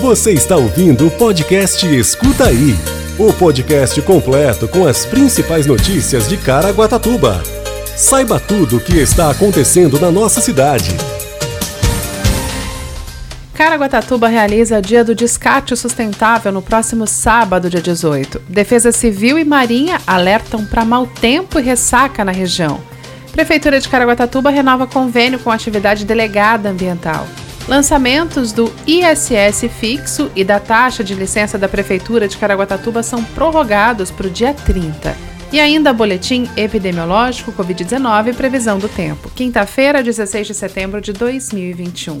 Você está ouvindo o podcast Escuta Aí, o podcast completo com as principais notícias de Caraguatatuba. Saiba tudo o que está acontecendo na nossa cidade. Caraguatatuba realiza Dia do Descarte Sustentável no próximo sábado, dia 18. Defesa Civil e Marinha alertam para mau tempo e ressaca na região. Prefeitura de Caraguatatuba renova convênio com a atividade delegada ambiental. Lançamentos do ISS fixo e da taxa de licença da Prefeitura de Caraguatatuba são prorrogados para o dia 30. E ainda boletim epidemiológico Covid-19 e previsão do tempo. Quinta-feira, 16 de setembro de 2021.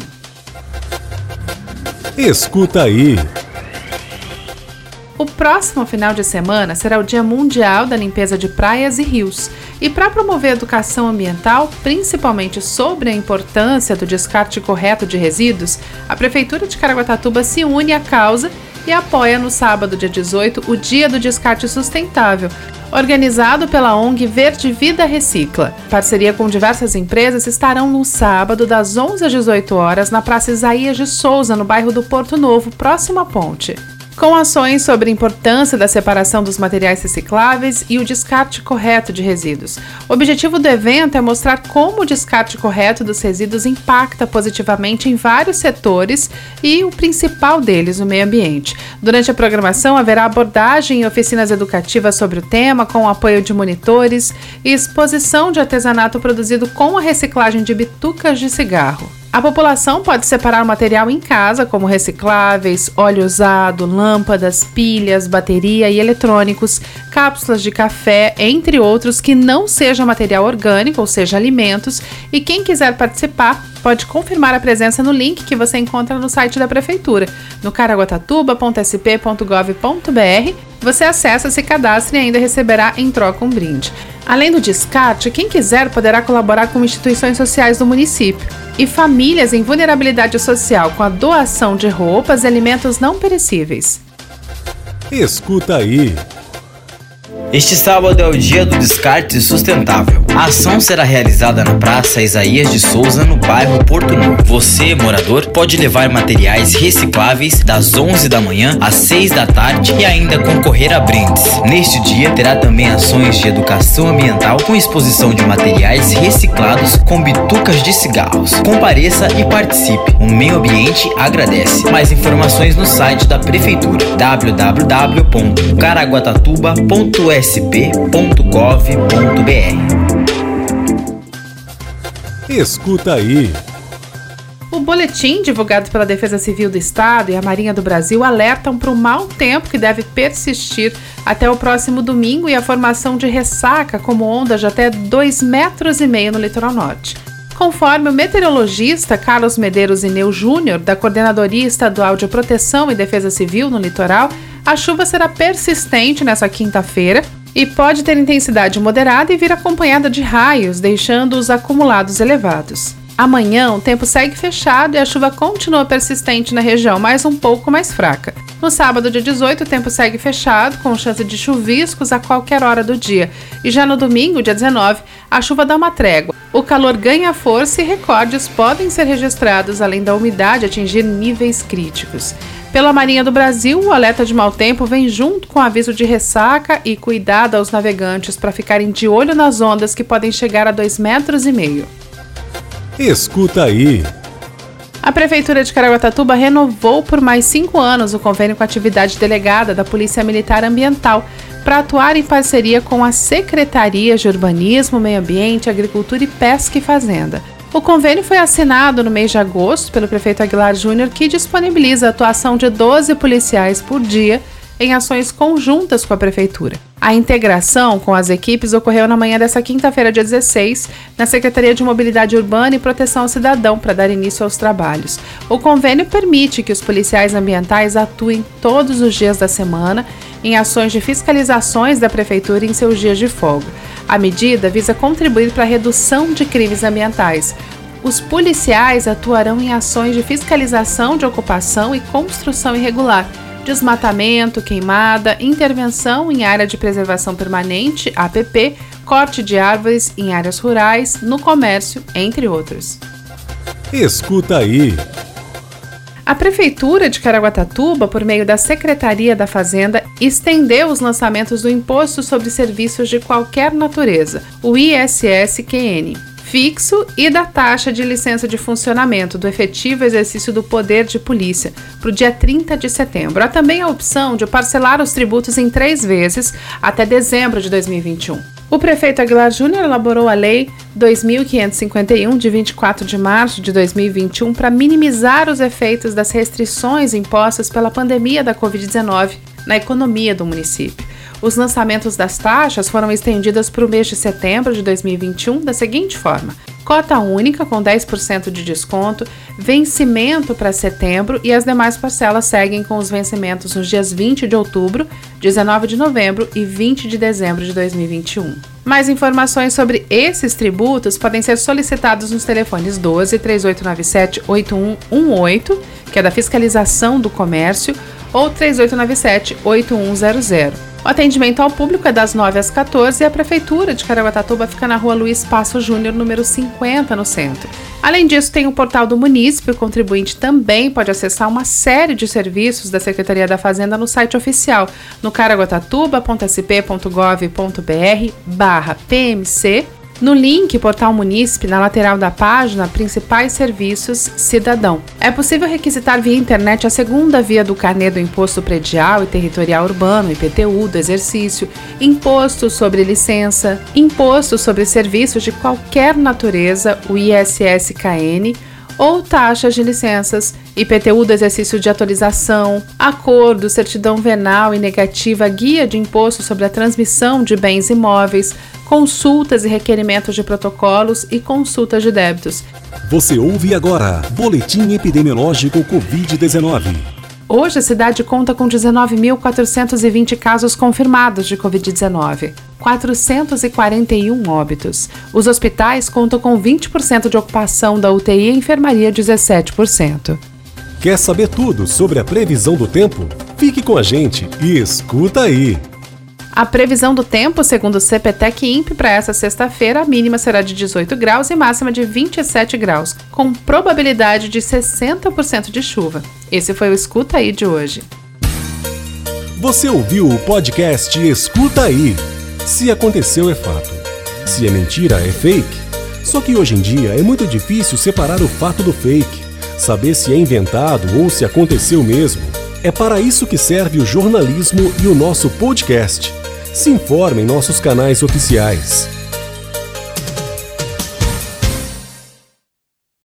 Escuta Aí. O próximo final de semana será o Dia Mundial da Limpeza de Praias e Rios. E para promover a educação ambiental, principalmente sobre a importância do descarte correto de resíduos, a Prefeitura de Caraguatatuba se une à causa e apoia no sábado, dia 18, o Dia do Descarte Sustentável, organizado pela ONG Verde Vida Recicla. Parceria com diversas empresas estarão no sábado, das 11 às 18 horas, na Praça Isaías de Souza, no bairro do Porto Novo, próximo à ponte, com ações sobre a importância da separação dos materiais recicláveis e o descarte correto de resíduos. O objetivo do evento é mostrar como o descarte correto dos resíduos impacta positivamente em vários setores e o principal deles, o meio ambiente. Durante a programação haverá abordagem e oficinas educativas sobre o tema, com o apoio de monitores e exposição de artesanato produzido com a reciclagem de bitucas de cigarro. A população pode separar o material em casa, como recicláveis, óleo usado, lâmpadas, pilhas, bateria e eletrônicos, cápsulas de café, entre outros, que não seja material orgânico, ou seja, alimentos. E quem quiser participar pode confirmar a presença no link que você encontra no site da Prefeitura, no caraguatatuba.sp.gov.br. Você acessa, se cadastre e ainda receberá em troca um brinde. Além do descarte, quem quiser poderá colaborar com instituições sociais do município e famílias em vulnerabilidade social com a doação de roupas e alimentos não perecíveis. Escuta Aí. Este sábado é o Dia do Descarte Sustentável. A ação será realizada na Praça Isaías de Souza, no bairro Porto Novo. Você, morador, pode levar materiais recicláveis das 11 da manhã às 6 da tarde e ainda concorrer a brindes. Neste dia, terá também ações de educação ambiental com exposição de materiais reciclados com bitucas de cigarros. Compareça e participe. O meio ambiente agradece. Mais informações no site da Prefeitura, www.caraguatatuba.sp.gov.br. Escuta Aí. O boletim divulgado pela Defesa Civil do Estado e a Marinha do Brasil alertam para o mau tempo que deve persistir até o próximo domingo e a formação de ressaca como ondas de até 2,5 metros no litoral norte. Conforme o meteorologista Carlos Medeiros Ineu Júnior, da Coordenadoria Estadual de Proteção e Defesa Civil no litoral, a chuva será persistente nessa quinta-feira e pode ter intensidade moderada e vir acompanhada de raios, deixando os acumulados elevados. Amanhã, o tempo segue fechado e a chuva continua persistente na região, mas um pouco mais fraca. No sábado, dia 18, o tempo segue fechado, com chance de chuviscos a qualquer hora do dia. E já no domingo, dia 19, a chuva dá uma trégua. O calor ganha força e recordes podem ser registrados, além da umidade atingir níveis críticos. Pela Marinha do Brasil, o alerta de mau tempo vem junto com o aviso de ressaca e cuidado aos navegantes para ficarem de olho nas ondas que podem chegar a 2,5 metros. Escuta Aí. A Prefeitura de Caraguatatuba renovou por mais 5 anos o convênio com a atividade delegada da Polícia Militar Ambiental para atuar em parceria com as Secretarias de Urbanismo, Meio Ambiente, Agricultura e Pesca e Fazenda. O convênio foi assinado no mês de agosto pelo prefeito Aguilar Júnior, que disponibiliza a atuação de 12 policiais por dia em ações conjuntas com a Prefeitura. A integração com as equipes ocorreu na manhã desta quinta-feira, dia 16, na Secretaria de Mobilidade Urbana e Proteção ao Cidadão, para dar início aos trabalhos. O convênio permite que os policiais ambientais atuem todos os dias da semana em ações de fiscalizações da Prefeitura em seus dias de folga. A medida visa contribuir para a redução de crimes ambientais. Os policiais atuarão em ações de fiscalização de ocupação e construção irregular, desmatamento, queimada, intervenção em área de preservação permanente, APP, corte de árvores em áreas rurais, no comércio, entre outros. Escuta Aí. A Prefeitura de Caraguatatuba, por meio da Secretaria da Fazenda, estendeu os lançamentos do Imposto sobre Serviços de Qualquer Natureza, o ISS-QN, fixo, e da taxa de licença de funcionamento do efetivo exercício do poder de polícia para o dia 30 de setembro. Há também a opção de parcelar os tributos em 3 vezes até dezembro de 2021. O prefeito Aguilar Júnior elaborou a Lei 2.551, de 24 de março de 2021, para minimizar os efeitos das restrições impostas pela pandemia da Covid-19 na economia do município. Os lançamentos das taxas foram estendidos para o mês de setembro de 2021 da seguinte forma: cota única com 10% de desconto, vencimento para setembro, e as demais parcelas seguem com os vencimentos nos dias 20 de outubro, 19 de novembro e 20 de dezembro de 2021. Mais informações sobre esses tributos podem ser solicitados nos telefones 12 3897 8118, que é da Fiscalização do Comércio, ou 3897 8100. O atendimento ao público é das 9 às 14 e a Prefeitura de Caraguatatuba fica na rua Luiz Passo Júnior, número 50, no centro. Além disso, tem o portal do município. O contribuinte também pode acessar uma série de serviços da Secretaria da Fazenda no site oficial, no caraguatatuba.sp.gov.br/PMC, no link Portal Munícipe, na lateral da página Principais Serviços Cidadão. É possível requisitar via internet a segunda via do carnê do Imposto Predial e Territorial Urbano, IPTU, do exercício, Imposto sobre Licença, Imposto sobre Serviços de Qualquer Natureza, o ISS-QN, ou taxas de licenças, IPTU do exercício de atualização, acordo, certidão venal e negativa, guia de imposto sobre a transmissão de bens imóveis, consultas e requerimentos de protocolos e consultas de débitos. Você ouve agora Boletim Epidemiológico Covid-19. Hoje a cidade conta com 19.420 casos confirmados de Covid-19, 441 óbitos. Os hospitais contam com 20% de ocupação da UTI e a enfermaria 17%. Quer saber tudo sobre a previsão do tempo? Fique com a gente e escuta aí! A previsão do tempo, segundo o CPTEC-INPE, para essa sexta-feira, a mínima será de 18 graus e máxima de 27 graus, com probabilidade de 60% de chuva. Esse foi o Escuta Aí de hoje. Você ouviu o podcast Escuta Aí. Se aconteceu é fato. Se é mentira é fake. Só que hoje em dia é muito difícil separar o fato do fake, saber se é inventado ou se aconteceu mesmo. É para isso que serve o jornalismo e o nosso podcast. Se informe em nossos canais oficiais.